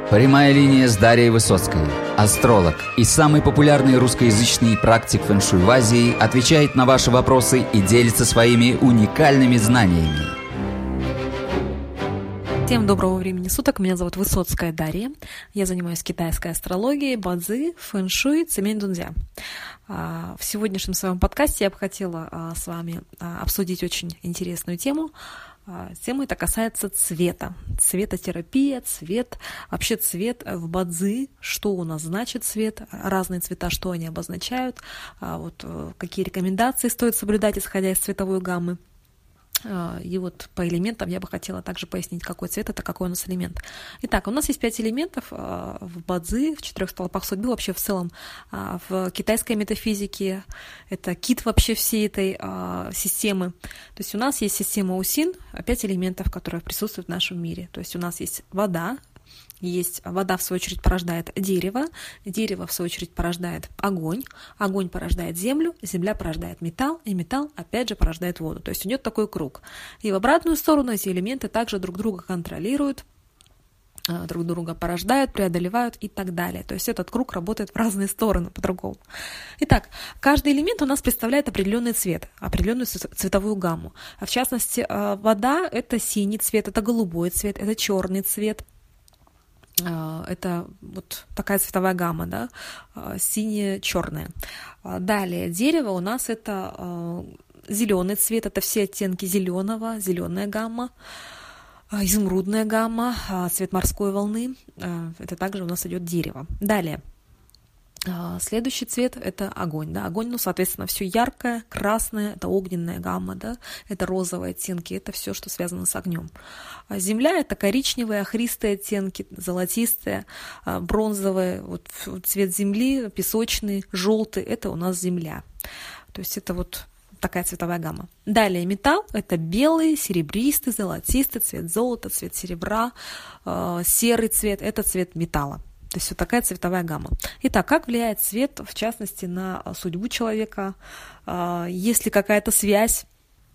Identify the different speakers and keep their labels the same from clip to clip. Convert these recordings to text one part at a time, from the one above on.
Speaker 1: Прямая линия с Дарьей Высоцкой, астролог и самый популярный русскоязычный практик фэн-шуй в Азии, отвечает на ваши вопросы и делится своими уникальными знаниями.
Speaker 2: Всем доброго времени суток, меня зовут Высоцкая Дарья, я занимаюсь китайской астрологией, бадзи, фэн-шуй, цемень дунзя. В сегодняшнем своем подкасте я бы хотела с вами обсудить очень интересную тему. Тема эта касается цвета, цветотерапия, цвет, вообще цвет в бадзи, что у нас значит цвет, разные цвета, что они обозначают, какие рекомендации стоит соблюдать, исходя из цветовой гаммы. И вот по элементам я бы хотела также пояснить, какой цвет это, какой у нас элемент. Итак, у нас есть 5 элементов в бадзи, в 4 столпах судьбы, вообще в целом в китайской метафизике. Это кит вообще всей этой системы. То есть у нас есть система Усин, 5 элементов, которые присутствуют в нашем мире. То есть у нас есть вода, в свою очередь, порождает дерево, дерево, в свою очередь, порождает огонь, огонь порождает землю, земля порождает металл, и металл, опять же, порождает воду. То есть идет такой круг. И в обратную сторону эти элементы также друг друга контролируют, друг друга порождают, преодолевают и так далее. То есть этот круг работает в разные стороны по-другому. Итак, каждый элемент у нас представляет определенный цвет, определенную цветовую гамму. В частности, вода — это синий цвет, это голубой цвет, это черный цвет. Это вот такая цветовая гамма, да, сине-черная. Далее дерево у нас это зеленый цвет, это все оттенки зеленого, зеленая гамма, изумрудная гамма, цвет морской волны, это также у нас идет дерево. Далее. Следующий цвет — это огонь, да, огонь, соответственно, все яркое, красное, это огненная гамма, да, это розовые оттенки, это все, что связано с огнем. Земля — это коричневые, охристые оттенки, золотистые, бронзовые, вот цвет земли, песочный, желтый, это у нас земля. То есть это вот такая цветовая гамма. Далее металл — это белый, серебристый, золотистый, цвет золота, цвет серебра, серый цвет, это цвет металла. То есть вот такая цветовая гамма. Итак, как влияет цвет, в частности, на судьбу человека? Есть ли какая-то связь?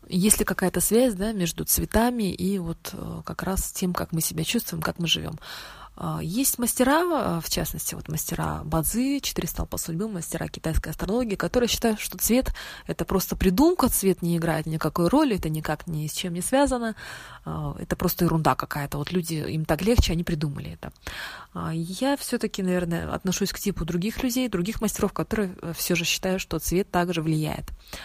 Speaker 2: Да, между цветами и вот как раз тем, как мы себя чувствуем, как мы живем? Есть мастера, в частности, вот мастера бадзи, 4 столпа судьбы, мастера китайской астрологии, которые считают, что цвет — это просто придумка, цвет не играет никакой роли, это никак ни с чем не связано, это просто ерунда какая-то. Вот люди, им так легче, они придумали это. Я все-таки, наверное, отношусь к типу других людей, других мастеров, которые все же считают, что цвет также влияет.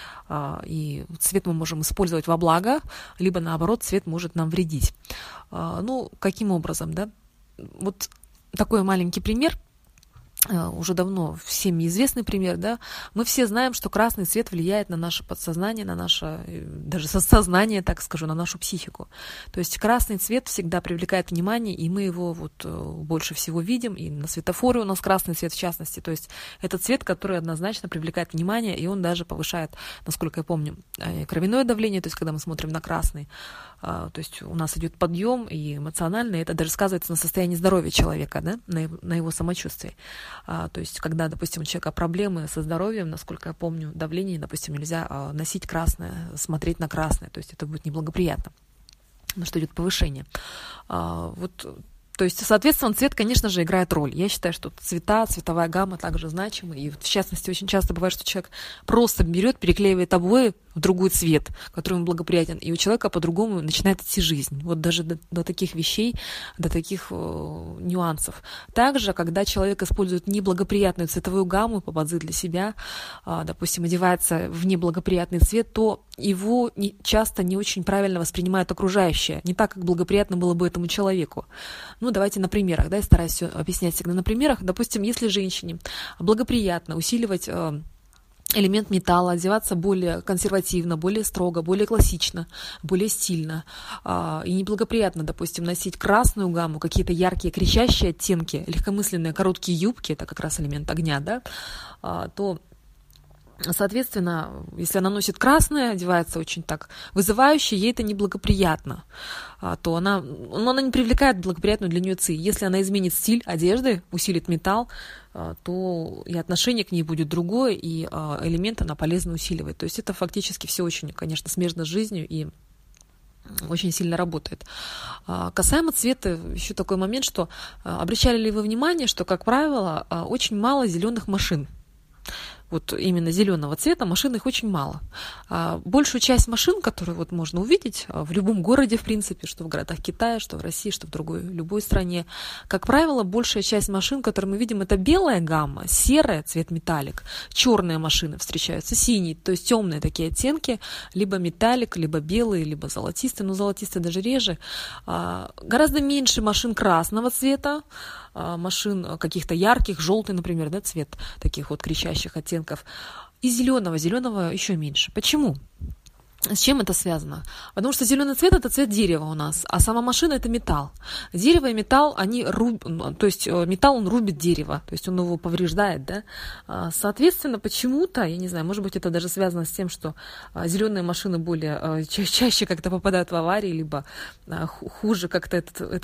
Speaker 2: И цвет мы можем использовать во благо, либо, наоборот, цвет может нам вредить. Каким образом, да? Вот такой маленький пример, уже давно всем известный пример, да, мы все знаем, что красный цвет влияет на наше подсознание, на наше, даже сознание, так скажу, на нашу психику. То есть красный цвет всегда привлекает внимание, и мы его вот больше всего видим, и на светофоре у нас красный цвет в частности, то есть это цвет, который однозначно привлекает внимание, и он даже повышает, насколько я помню, кровяное давление, то есть когда мы смотрим на красный, то есть у нас идет подъем и эмоционально, и это даже сказывается на состоянии здоровья человека, да, на его самочувствии. То есть, когда, допустим, у человека проблемы со здоровьем, насколько я помню, давление, допустим, нельзя носить красное, смотреть на красное, то есть это будет неблагоприятно, потому что идет повышение. То есть, соответственно, цвет, конечно же, играет роль. Я считаю, что цветовая гамма также значима. И, в частности, очень часто бывает, что человек просто берет, переклеивает обои в другой цвет, который ему благоприятен, и у человека по-другому начинает идти жизнь. Вот даже до таких вещей, до таких нюансов. Также, когда человек использует неблагоприятную цветовую гамму по бадзи для себя, допустим, одевается в неблагоприятный цвет, то его часто не очень правильно воспринимают окружающие, не так, как благоприятно было бы этому человеку. Давайте на примерах, да, я стараюсь все объяснять всегда на примерах. Допустим, если женщине благоприятно усиливать элемент металла, одеваться более консервативно, более строго, более классично, более стильно, и неблагоприятно, допустим, носить красную гамму, какие-то яркие кричащие оттенки, легкомысленные короткие юбки, это как раз элемент огня, да, то соответственно, если она носит красное, одевается очень так вызывающе, ей это неблагоприятно, то она не привлекает благоприятную для нее ци. Если она изменит стиль одежды, усилит металл, то и отношение к ней будет другое, и элемент она полезно усиливает. То есть это фактически все очень, конечно, смежно с жизнью, и очень сильно работает. Касаемо цвета, еще такой момент, что обращали ли вы внимание, что, как правило, очень мало зеленых машин. Вот именно зеленого цвета машин их очень мало. Большую часть машин, которые вот можно увидеть в любом городе, в принципе, что в городах Китая, что в России, что в другой, любой стране, как правило, большая часть машин, которые мы видим, это белая гамма, серая, цвет металлик, черные машины встречаются, синий, то есть темные такие оттенки, либо металлик, либо белый, либо золотистый, но золотистый даже реже. Гораздо меньше машин красного цвета, машин каких-то ярких, желтый, например, да, цвет таких вот кричащих оттенков. И зеленого еще меньше. Почему? С чем это связано? Потому что зеленый цвет – это цвет дерева у нас, а сама машина – это металл. Дерево и металл, то есть металл, он рубит дерево, то есть он его повреждает, да. Соответственно, почему-то, я не знаю, может быть, это даже связано с тем, что зеленые машины чаще как-то попадают в аварии, либо хуже как-то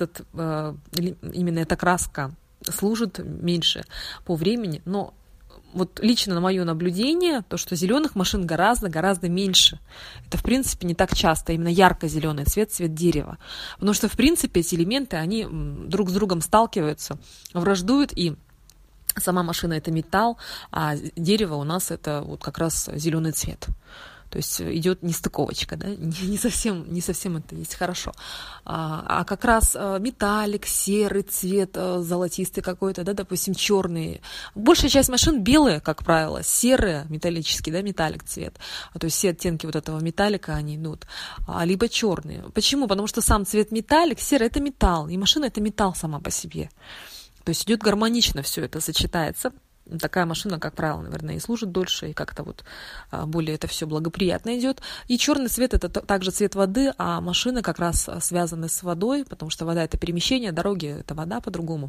Speaker 2: именно эта краска служит меньше по времени, но вот лично на мое наблюдение, то, что зеленых машин гораздо меньше. Это, в принципе, не так часто. Именно ярко-зеленый цвет дерева. Потому что, в принципе, эти элементы, они друг с другом сталкиваются, враждуют, и сама машина – это металл, а дерево у нас – это вот как раз зеленый цвет. То есть идет нестыковочка, да? не совсем это есть хорошо. А как раз металлик, серый цвет, золотистый какой-то, да, допустим, черный. Большая часть машин белые, как правило, серые, металлический, да, металлик цвет. То есть все оттенки вот этого металлика, они идут. Либо черные. Почему? Потому что сам цвет металлик, серый – это металл, и машина – это металл сама по себе. То есть идет гармонично, все это сочетается. Такая машина, как правило, наверное, и служит дольше, и как-то вот более это все благоприятно идет. И черный цвет – это также цвет воды, а машины как раз связаны с водой, потому что вода – это перемещение, дороги – это вода по-другому.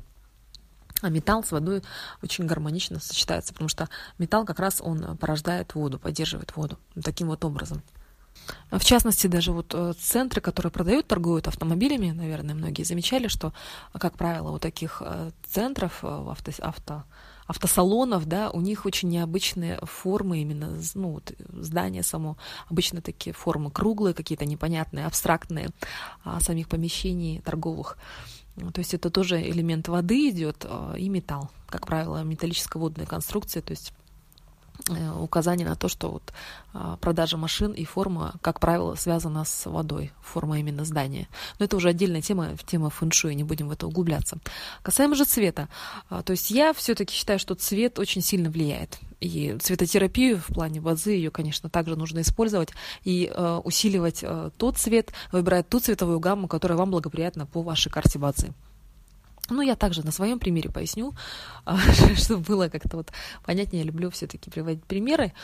Speaker 2: А металл с водой очень гармонично сочетается, потому что металл как раз он порождает воду, поддерживает воду таким вот образом. В частности, даже вот центры, которые продают, торгуют автомобилями, наверное, многие замечали, что, как правило, у таких центров, автосалонов, да, у них очень необычные формы именно, вот здание само, обычно такие формы круглые, какие-то непонятные, абстрактные самих помещений торговых. То есть это тоже элемент воды идет и металл, как правило, металлическо-водные конструкции, то есть указание на то, что вот продажа машин и форма, как правило, связана с водой, форма именно здания. Но это уже отдельная тема фэн-шуй, не будем в это углубляться. Касаемо же цвета, то есть я все-таки считаю, что цвет очень сильно влияет. И цветотерапию в плане бадзи, ее, конечно, также нужно использовать и усиливать тот цвет, выбирать ту цветовую гамму, которая вам благоприятна по вашей карте бадзи. Ну, я также на своем примере поясню, чтобы было как-то вот понятнее. Я люблю все-таки приводить примеры.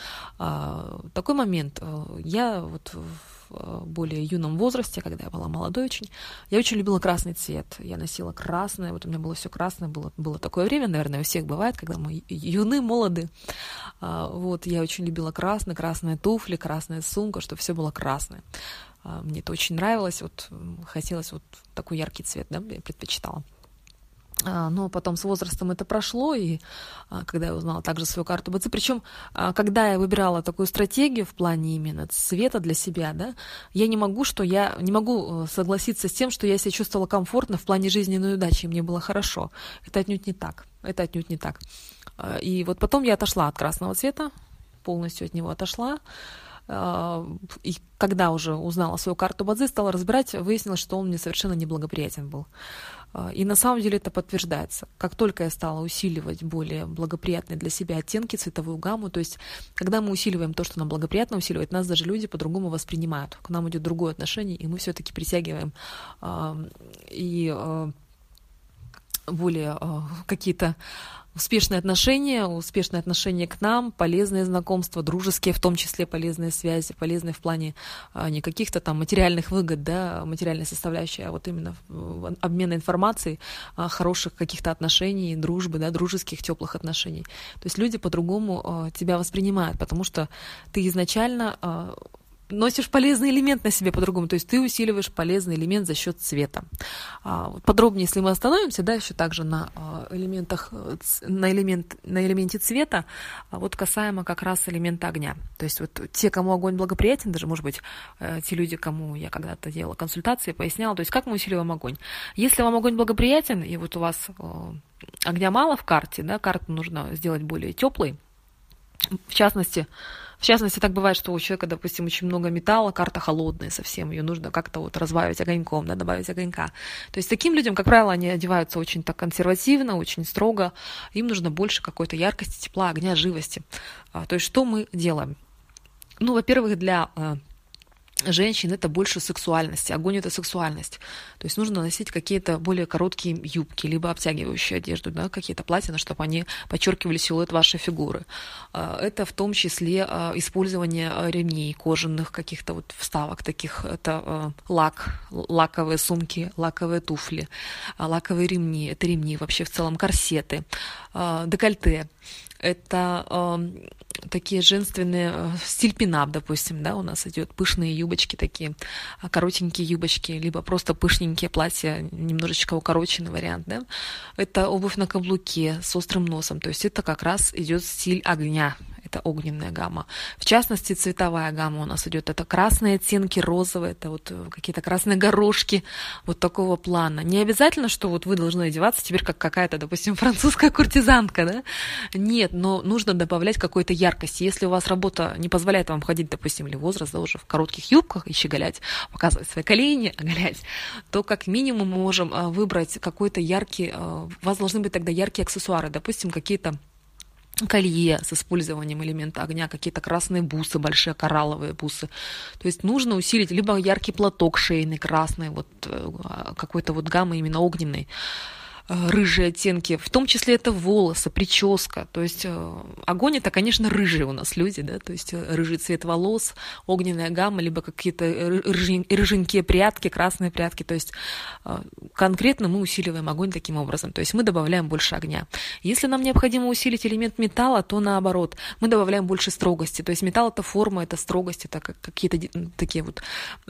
Speaker 2: Такой момент. Я вот в более юном возрасте, когда я была молодой очень, я очень любила красный цвет. Я носила красное, вот у меня было все красное. Было такое время, наверное, у всех бывает, когда мы юны, молоды. Вот, я очень любила красные туфли, красная сумка, чтобы все было красное. Мне это очень нравилось, вот хотелось вот такой яркий цвет, да, я предпочитала. Но потом с возрастом это прошло, и когда я узнала также свою карту бадзи, причем, когда я выбирала такую стратегию в плане именно цвета для себя, да, я не могу согласиться с тем, что я себя чувствовала комфортно в плане жизненной удачи, и мне было хорошо. Это отнюдь не так. И вот потом я отошла от красного цвета, полностью от него отошла. И когда уже узнала свою карту бадзи, стала разбирать, выяснилось, что он мне совершенно неблагоприятен был. И на самом деле это подтверждается. Как только я стала усиливать более благоприятные для себя оттенки, цветовую гамму, то есть когда мы усиливаем то, что нам благоприятно усиливать, нас даже люди по-другому воспринимают. К нам идет другое отношение, и мы все-таки притягиваем более какие-то успешные отношения к нам, полезные знакомства, дружеские, в том числе полезные связи, полезные в плане не каких-то там материальных выгод, да, материальной составляющей, а вот именно обмена информацией, хороших каких-то отношений, дружбы, да, дружеских, теплых отношений. То есть люди по-другому тебя воспринимают, потому что ты изначально носишь полезный элемент на себе по-другому, то есть ты усиливаешь полезный элемент за счет цвета. Подробнее, если мы остановимся, да, еще также на элементах, на элементе цвета, а вот касаемо как раз элемента огня. То есть вот те, кому огонь благоприятен, даже, может быть, те люди, кому я когда-то делала консультации, поясняла, то есть как мы усиливаем огонь. Если вам огонь благоприятен, и вот у вас огня мало в карте, да, карту нужно сделать более теплой. В частности, так бывает, что у человека, допустим, очень много металла, карта холодная совсем, ее нужно как-то вот разбавить огоньком, да, добавить огонька. То есть таким людям, как правило, они одеваются очень так консервативно, очень строго, им нужно больше какой-то яркости, тепла, огня, живости. То есть что мы делаем? Ну, во-первых, для женщин это больше сексуальности, огонь это сексуальность. То есть нужно носить какие-то более короткие юбки, либо обтягивающую одежду, да, какие-то платья, чтобы они подчеркивали силуэт вашей фигуры. Это в том числе использование ремней, кожаных каких-то вот вставок таких, это лаковые сумки, лаковые туфли, лаковые ремни, это ремни, вообще в целом корсеты, декольте. Это такие женственные, стиль пинап, допустим, да, у нас идет пышные юбочки такие, коротенькие юбочки, либо просто пышненькие платья, немножечко укороченный вариант, да. Это обувь на каблуке с острым носом, то есть это как раз идет стиль огня. Это огненная гамма. В частности, цветовая гамма у нас идет. Это красные оттенки, розовые, это вот какие-то красные горошки вот такого плана. Не обязательно, что вот вы должны одеваться теперь как какая-то, допустим, французская куртизанка, да? Нет, но нужно добавлять какой-то яркости. Если у вас работа не позволяет вам ходить, допустим, или возраст, да, уже в коротких юбках и щеголять, показывать свои колени, оголять, то как минимум мы можем выбрать какой-то яркий, у вас должны быть тогда яркие аксессуары, допустим, какие-то колье с использованием элемента огня, какие-то красные бусы, большие коралловые бусы. То есть нужно усилить либо яркий платок шейный, красный, вот какой-то вот гаммы именно огненной, рыжие оттенки, в том числе это волосы, прическа, то есть огонь это, конечно, рыжие у нас люди, да, то есть рыжий цвет волос, огненная гамма, либо какие-то рыженькие прядки, красные прядки, то есть конкретно мы усиливаем огонь таким образом, то есть мы добавляем больше огня. Если нам необходимо усилить элемент металла, то наоборот, мы добавляем больше строгости, то есть металл это форма, это строгость, это какие-то такие вот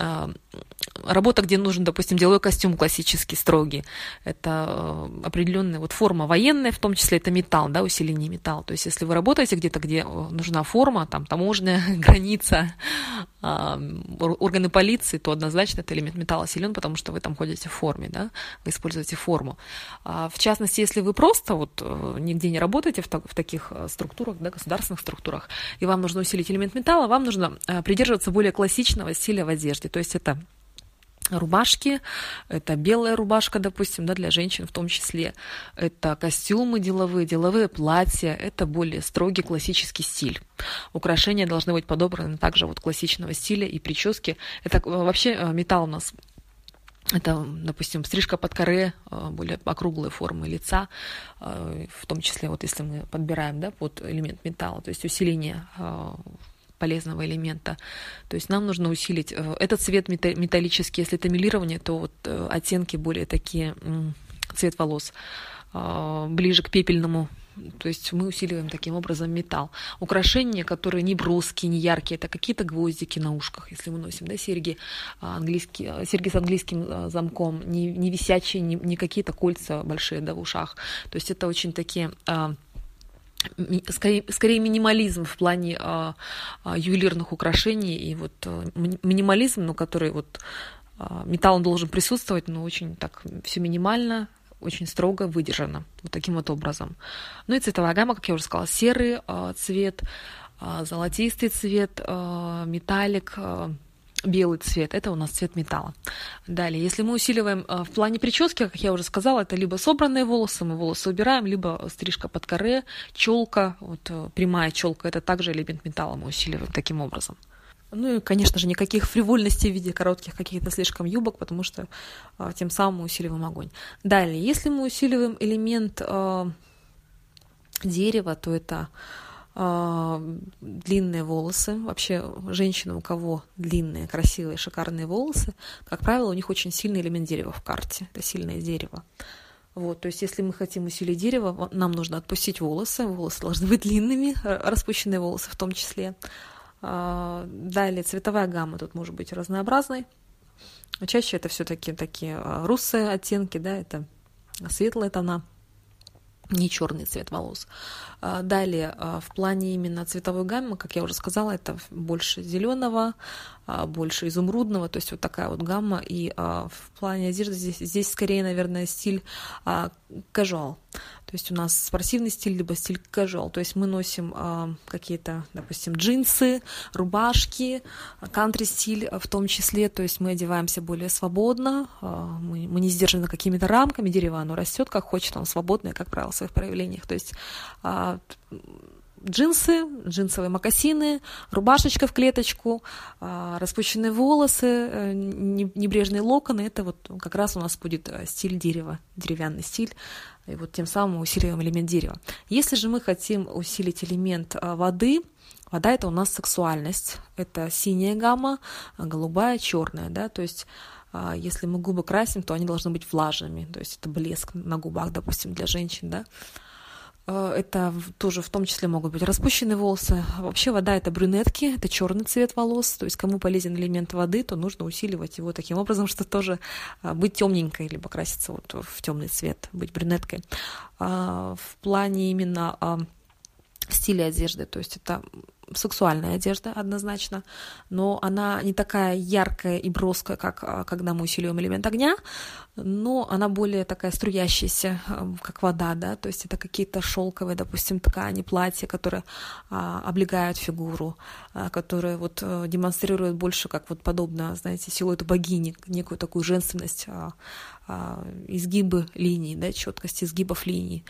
Speaker 2: работа, где нужен, допустим, деловой костюм классический, строгий, это определенная вот форма военная, в том числе это металл, да, усиление металла. То есть если вы работаете где-то, где нужна форма, там таможня, граница, органы полиции, то однозначно это элемент металла силен, потому что вы там ходите в форме, да, вы используете форму. В частности, если вы просто вот нигде не работаете в таких структурах, да, государственных структурах, и вам нужно усилить элемент металла, вам нужно придерживаться более классичного стиля в одежде. То есть это рубашки, это белая рубашка, допустим, да, для женщин в том числе, это костюмы деловые платья, это более строгий классический стиль. Украшения должны быть подобраны также вот классичного стиля и прически. Это вообще металл у нас, это, допустим, стрижка под каре, более округлые формы лица, в том числе вот если мы подбираем, да, под элемент металла, то есть усиление полезного элемента. То есть нам нужно усилить этот цвет металлический. Если это мелирование, то вот оттенки более такие, цвет волос ближе к пепельному. То есть мы усиливаем таким образом металл. Украшения, которые не броские, не яркие, это какие-то гвоздики на ушках, если мы носим, да, серьги с английским замком, не висячие, не какие-то кольца большие, да, в ушах. То есть это очень такие скорее минимализм в плане ювелирных украшений и вот минимализм, но который вот металл он должен присутствовать, но очень так все минимально, очень строго выдержано вот таким вот образом. Ну и цветовая гамма, как я уже сказала, серый цвет, золотистый цвет, металлик, белый цвет, это у нас цвет металла. Далее, если мы усиливаем в плане прически, как я уже сказала, это либо собранные волосы, мы волосы убираем, либо стрижка под каре, челка, вот прямая челка, это также элемент металла мы усиливаем таким образом. Ну и, конечно же, никаких фривольностей в виде коротких каких-то слишком юбок, потому что тем самым мы усиливаем огонь. Далее, если мы усиливаем элемент дерева, то это длинные волосы. Вообще, женщины, у кого длинные, красивые, шикарные волосы, как правило, у них очень сильный элемент дерева в карте. Это сильное дерево. Вот, то есть, если мы хотим усилить дерево, нам нужно отпустить волосы. Волосы должны быть длинными, распущенные волосы в том числе. Далее, цветовая гамма тут может быть разнообразной. Чаще это все-таки такие русые оттенки, да, это светлые тона. не черный цвет волос. Далее, в плане именно цветовой гаммы, как я уже сказала, это больше зеленого, больше изумрудного, то есть вот такая вот гамма. И в плане одежды здесь скорее, наверное, стиль casual. То есть у нас спортивный стиль, либо стиль casual. То есть мы носим какие-то, допустим, джинсы, рубашки, кантри-стиль в том числе. То есть мы одеваемся более свободно, мы не сдержаны какими-то рамками, дерево оно растет как хочет, он свободный, как правило, в своих проявлениях. То есть джинсы, джинсовые мокасины, рубашечка в клеточку, распущенные волосы, небрежные локоны. Это вот как раз у нас будет стиль дерева, деревянный стиль. И вот тем самым мы усиливаем элемент дерева. Если же мы хотим усилить элемент воды, вода — это у нас сексуальность. Это синяя гамма, голубая, черная, да, то есть если мы губы красим, то они должны быть влажными, то есть это блеск на губах, допустим, для женщин, да. Это тоже в том числе могут быть распущенные волосы. Вообще вода — это брюнетки, это черный цвет волос. То есть кому полезен элемент воды, то нужно усиливать его таким образом, что тоже быть темненькой, либо краситься вот в темный цвет, быть брюнеткой. В плане именно стиля одежды, то есть это сексуальная одежда однозначно, но она не такая яркая и броская, как когда мы усиливаем элемент огня, но она более такая струящаяся, как вода, да, то есть это какие-то шелковые, допустим, ткани, платья, которые облегают фигуру, которые вот демонстрируют больше как вот подобно, знаете, силуэту богини, некую такую женственность, изгибы линий, да, четкость изгибов линий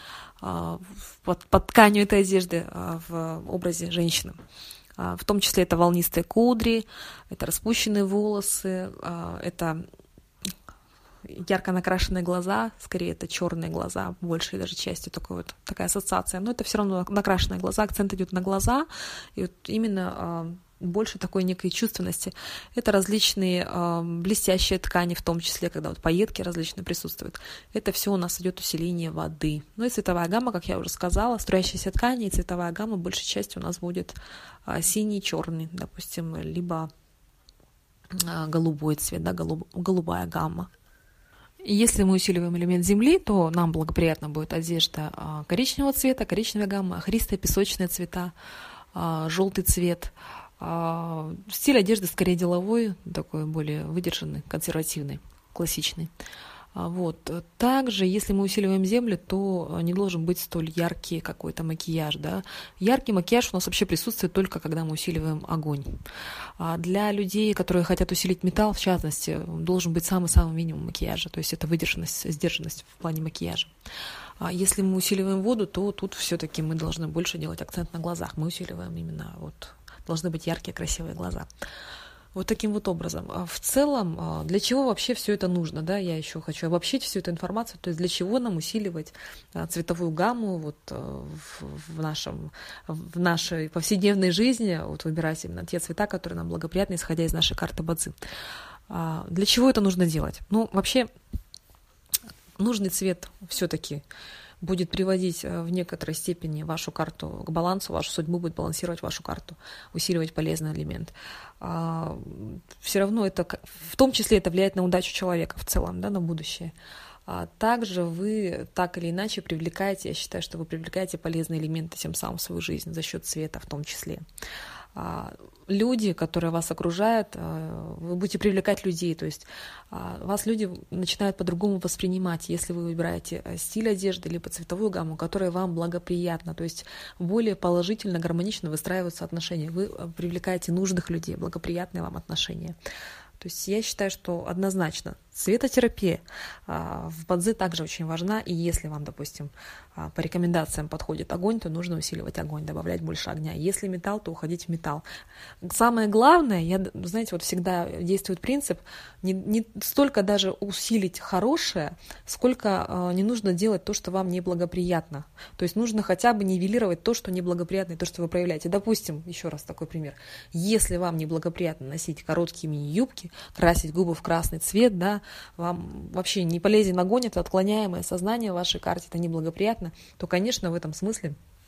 Speaker 2: под тканью этой одежды в образе женщины. В том числе это волнистые кудри, это распущенные волосы, это ярко накрашенные глаза, скорее это черные глаза, большей даже частью такая ассоциация, но это все равно накрашенные глаза, акцент идет на глаза, и вот именно больше такой некой чувственности. Это различные блестящие ткани, в том числе, когда вот пайетки различные присутствуют. Это все у нас идет усиление воды. Ну и цветовая гамма, как я уже сказала, струящиеся ткани, и цветовая гамма большей частью у нас будет синий, черный, допустим, либо голубой цвет, да, голубая гамма. Если мы усиливаем элемент земли, то нам благоприятно будет одежда коричневого цвета, коричневая гамма, охристые песочные цвета, желтый цвет. Стиль одежды скорее деловой, такой более выдержанный, консервативный, классичный. Вот. Также, если мы усиливаем землю, то не должен быть столь яркий какой-то макияж. Да? Яркий макияж у нас вообще присутствует только когда мы усиливаем огонь. Для людей, которые хотят усилить металл, в частности, должен быть самый-самый минимум макияжа, то есть это выдержанность, сдержанность в плане макияжа. Если мы усиливаем воду, то тут все-таки мы должны больше делать акцент на глазах. Мы усиливаем именно должны быть яркие, красивые глаза. Вот таким вот образом. В целом, для чего вообще все это нужно? Да? Я еще хочу обобщить всю эту информацию. То есть для чего нам усиливать цветовую гамму вот в нашей повседневной жизни, вот выбирать именно те цвета, которые нам благоприятны, исходя из нашей карты Бадзи. Для чего это нужно делать? Ну, вообще, нужный цвет все-таки будет приводить в некоторой степени вашу карту к балансу, вашу судьбу будет балансировать вашу карту, усиливать полезный элемент. Все равно это, в том числе это влияет на удачу человека в целом, да, на будущее. Также вы так или иначе привлекаете, я считаю, что вы привлекаете полезные элементы тем самым в свою жизнь за счет цвета в том числе. Люди, которые вас окружают, вы будете привлекать людей, то есть вас люди начинают по-другому воспринимать, если вы выбираете стиль одежды либо цветовую гамму, которая вам благоприятна, то есть более положительно, гармонично выстраиваются отношения, вы привлекаете нужных людей, благоприятные вам отношения. То есть я считаю, что однозначно цветотерапия в Бадзи также очень важна, и если вам, допустим, по рекомендациям подходит огонь, то нужно усиливать огонь, добавлять больше огня. Если металл, то уходить в металл. Самое главное, знаете, вот всегда действует принцип, не столько даже усилить хорошее, сколько не нужно делать то, что вам неблагоприятно. То есть нужно хотя бы нивелировать то, что неблагоприятно, и то, что вы проявляете. Допустим, еще раз такой пример. Если вам неблагоприятно носить короткие мини-юбки, красить губы в красный цвет, да, вам вообще не полезен огонь, это отклоняемое сознание в вашей карте, это неблагоприятно, то, конечно, в этом смысле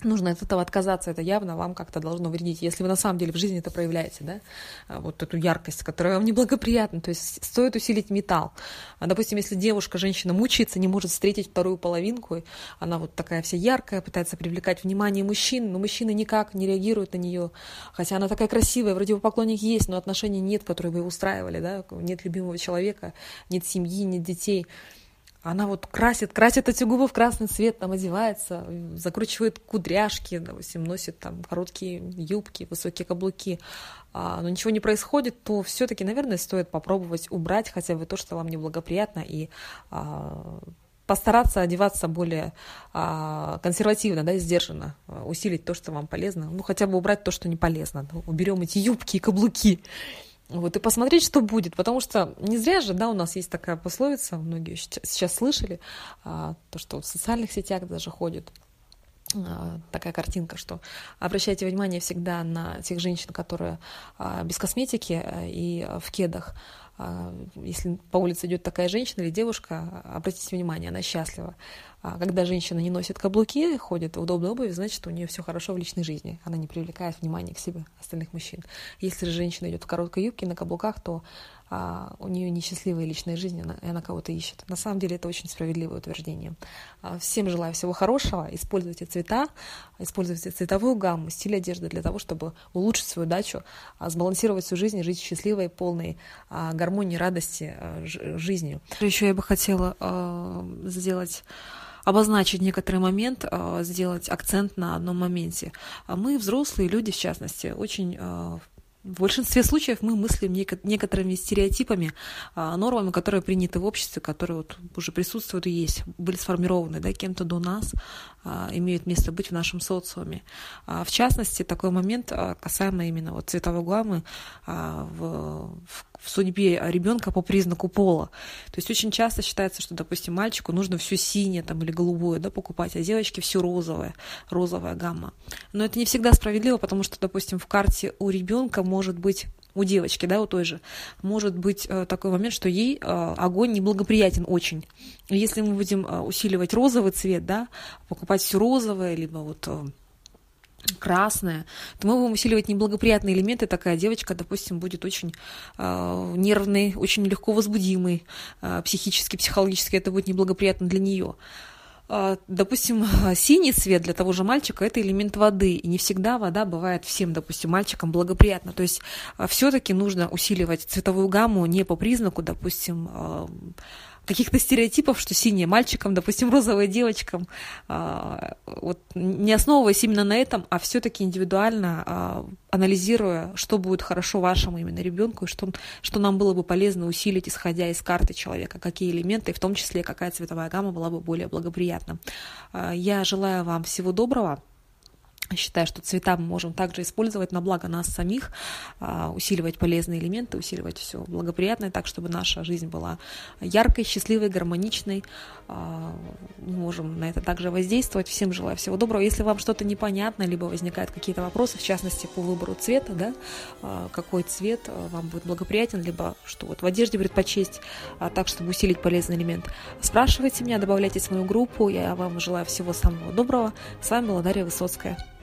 Speaker 2: нужно от этого отказаться, это явно вам как-то должно вредить. Если вы на самом деле в жизни это проявляете, да, вот эту яркость, которая вам неблагоприятна, то есть стоит усилить металл. Допустим, если девушка, женщина мучается, не может встретить вторую половинку, и она вот такая вся яркая, пытается привлекать внимание мужчин, но мужчины никак не реагируют на нее, хотя она такая красивая, вроде бы поклонник есть, но отношений нет, которые бы устраивали, да, нет любимого человека, нет семьи, нет детей. Она вот красит эти губы в красный цвет, там одевается, закручивает кудряшки, допустим, носит там короткие юбки, высокие каблуки, но ничего не происходит, то все-таки, наверное, стоит попробовать убрать хотя бы то, что вам неблагоприятно, и постараться одеваться более консервативно, да, сдержанно, усилить то, что вам полезно, ну, хотя бы убрать то, что не полезно. Уберем эти юбки и каблуки. Вот, и посмотреть, что будет, потому что не зря же, да, у нас есть такая пословица, многие сейчас слышали, то, что в социальных сетях даже ходит такая картинка, что обращайте внимание всегда на тех женщин, которые без косметики и в кедах. Если по улице идет такая женщина или девушка, обратите внимание, она счастлива. Когда женщина не носит каблуки, ходит в удобной обуви, значит, у нее все хорошо в личной жизни. Она не привлекает внимания к себе остальных мужчин. Если же женщина идет в короткой юбке, на каблуках, то у нее несчастливая личная жизнь, и она кого-то ищет. На самом деле это очень справедливое утверждение. Всем желаю всего хорошего. Используйте цвета, используйте цветовую гамму, стиль одежды для того, чтобы улучшить свою дачу, сбалансировать свою жизнь, жить счастливой, полной гармонии, радости жизнью. Еще я бы хотела обозначить некоторый момент, сделать акцент на одном моменте. Мы, взрослые люди, в частности, очень в большинстве случаев мы мыслим некоторыми стереотипами, нормами, которые приняты в обществе, которые вот уже присутствуют и есть, были сформированы, да, кем-то до нас, имеют место быть в нашем социуме. В частности, такой момент касаемо именно вот цветовой гаммы в судьбе ребенка по признаку пола. То есть очень часто считается, что, допустим, мальчику нужно все синее там, или голубое, да, покупать, а девочке все розовая гамма. Но это не всегда справедливо, потому что, допустим, в карте у ребенка может быть, у девочки, да, у той же, может быть такой момент, что ей огонь неблагоприятен очень. И если мы будем усиливать розовый цвет, да, покупать все розовое, либо вот красное, то мы будем усиливать неблагоприятные элементы. Такая девочка, допустим, будет очень нервной, очень легко возбудимой, психически, психологически это будет неблагоприятно для нее. Допустим, синий цвет для того же мальчика – это элемент воды, и не всегда вода бывает всем, допустим, мальчикам благоприятна. То есть все-таки нужно усиливать цветовую гамму не по признаку, допустим, каких-то стереотипов, что синее мальчикам, допустим, розовое девочкам, вот не основываясь именно на этом, а все-таки индивидуально анализируя, что будет хорошо вашему именно ребенку, и что нам было бы полезно усилить, исходя из карты человека, какие элементы, и в том числе какая цветовая гамма была бы более благоприятна. Я желаю вам всего доброго. Считаю, что цвета мы можем также использовать на благо нас самих, усиливать полезные элементы, усиливать все благоприятное, так, чтобы наша жизнь была яркой, счастливой, гармоничной. Мы можем на это также воздействовать. Всем желаю всего доброго. Если вам что-то непонятно, либо возникают какие-то вопросы, в частности, по выбору цвета, да, какой цвет вам будет благоприятен, либо что вот в одежде предпочесть, так, чтобы усилить полезный элемент, спрашивайте меня, добавляйтесь в мою группу. Я вам желаю всего самого доброго. С вами была Дарья Высоцкая.